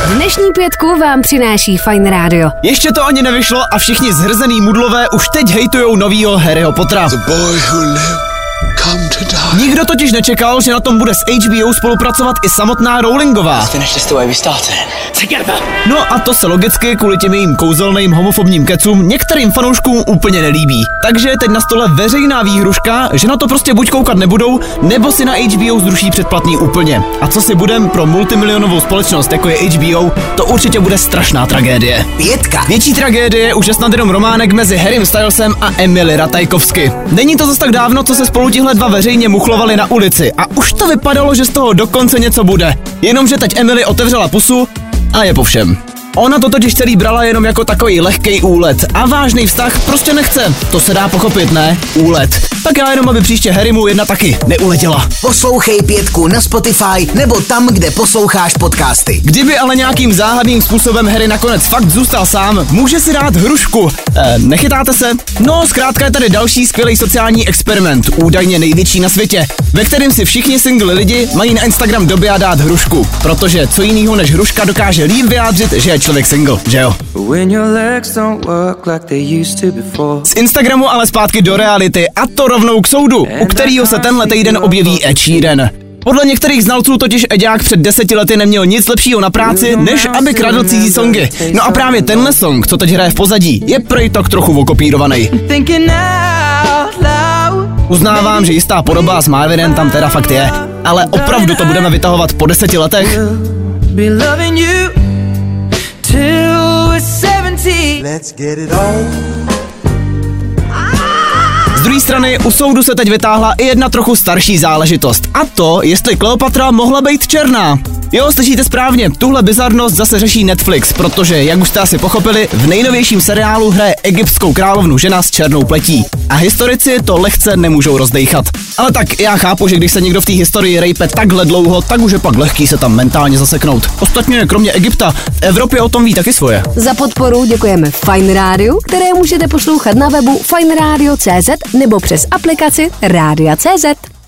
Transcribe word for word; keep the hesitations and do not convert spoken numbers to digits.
Dnešní pětku vám přináší Fajn rádio. Ještě to ani nevyšlo a všichni zhrzený mudlové už teď hejtujou novýho Harryho Pottera. Nikdo totiž nečekal, že na tom bude s H B O spolupracovat i samotná Rowlingová. No a to se logicky kvůli těm jejím kouzelným homofobním kecům některým fanouškům úplně nelíbí. Takže je teď na stole veřejná výhruška, že na to prostě buď koukat nebudou, nebo si na H B O zruší předplatný úplně. A co si budem, pro multimilionovou společnost jako je H B O, to určitě bude strašná tragédie. Pětka. Větší tragédie už je snad jenom románek mezi Harrym Stylesem a Emily Ratajkovsky. Není to zas tak dávno, co se spolu tihle dva veřejně muchlovali na ulici a už to vypadalo, že z toho dokonce něco bude. Jenomže teď Emily otevřela pusu a je po všem. Ona to totiž celý brala jenom jako takový lehkej úlet a vážný vztah prostě nechce. To se dá pochopit, ne? Úlet. Tak já jenom, aby příště Harrymu jedna taky neuletěla. Poslouchej Pětku na Spotify nebo tam, kde posloucháš podcasty. Kdyby ale nějakým záhadným způsobem Harry nakonec fakt zůstal sám, může si dát hrušku. E, nechytáte se? No, zkrátka je tady další skvělý sociální experiment, údajně největší na světě, ve kterém si všichni single lidi mají na Instagram době dát hrušku. Protože co jinýho než hruška dokáže líp vyjádřit, že je člověk single, že jo? Z Instagramu ale zpátky do reality a to rovnou k soudu, u kterého se tenhle týden objeví Ed Sheeran. Podle některých znalců totiž Eďák před deseti lety neměl nic lepšího na práci, než aby kradl cizí songy. No a právě tenhle song, co teď hraje v pozadí, je prej tak trochu okopírovaný. Uznávám, že jistá podoba s Marvinem tam teda fakt je, ale opravdu to budeme vytahovat po deseti letech? Let's get it on. Z druhé strany u soudu se teď vytáhla i jedna trochu starší záležitost. A to, jestli Kleopatra mohla být černá. Jo, slyšíte správně, tuhle bizarnost zase řeší Netflix, protože, jak už jste asi pochopili, v nejnovějším seriálu hraje egyptskou královnu žena s černou pletí. A historici to lehce nemůžou rozdejchat. Ale tak já chápu, že když se někdo v té historii rejpe takhle dlouho, tak už je pak lehký se tam mentálně zaseknout. Ostatně kromě Egypta, v Evropě o tom ví taky svoje. Za podporu děkujeme Fajn rádiu, které můžete poslouchat na webu fajn rádio tečka cé zet nebo přes aplikaci Rádia tečka cé zet.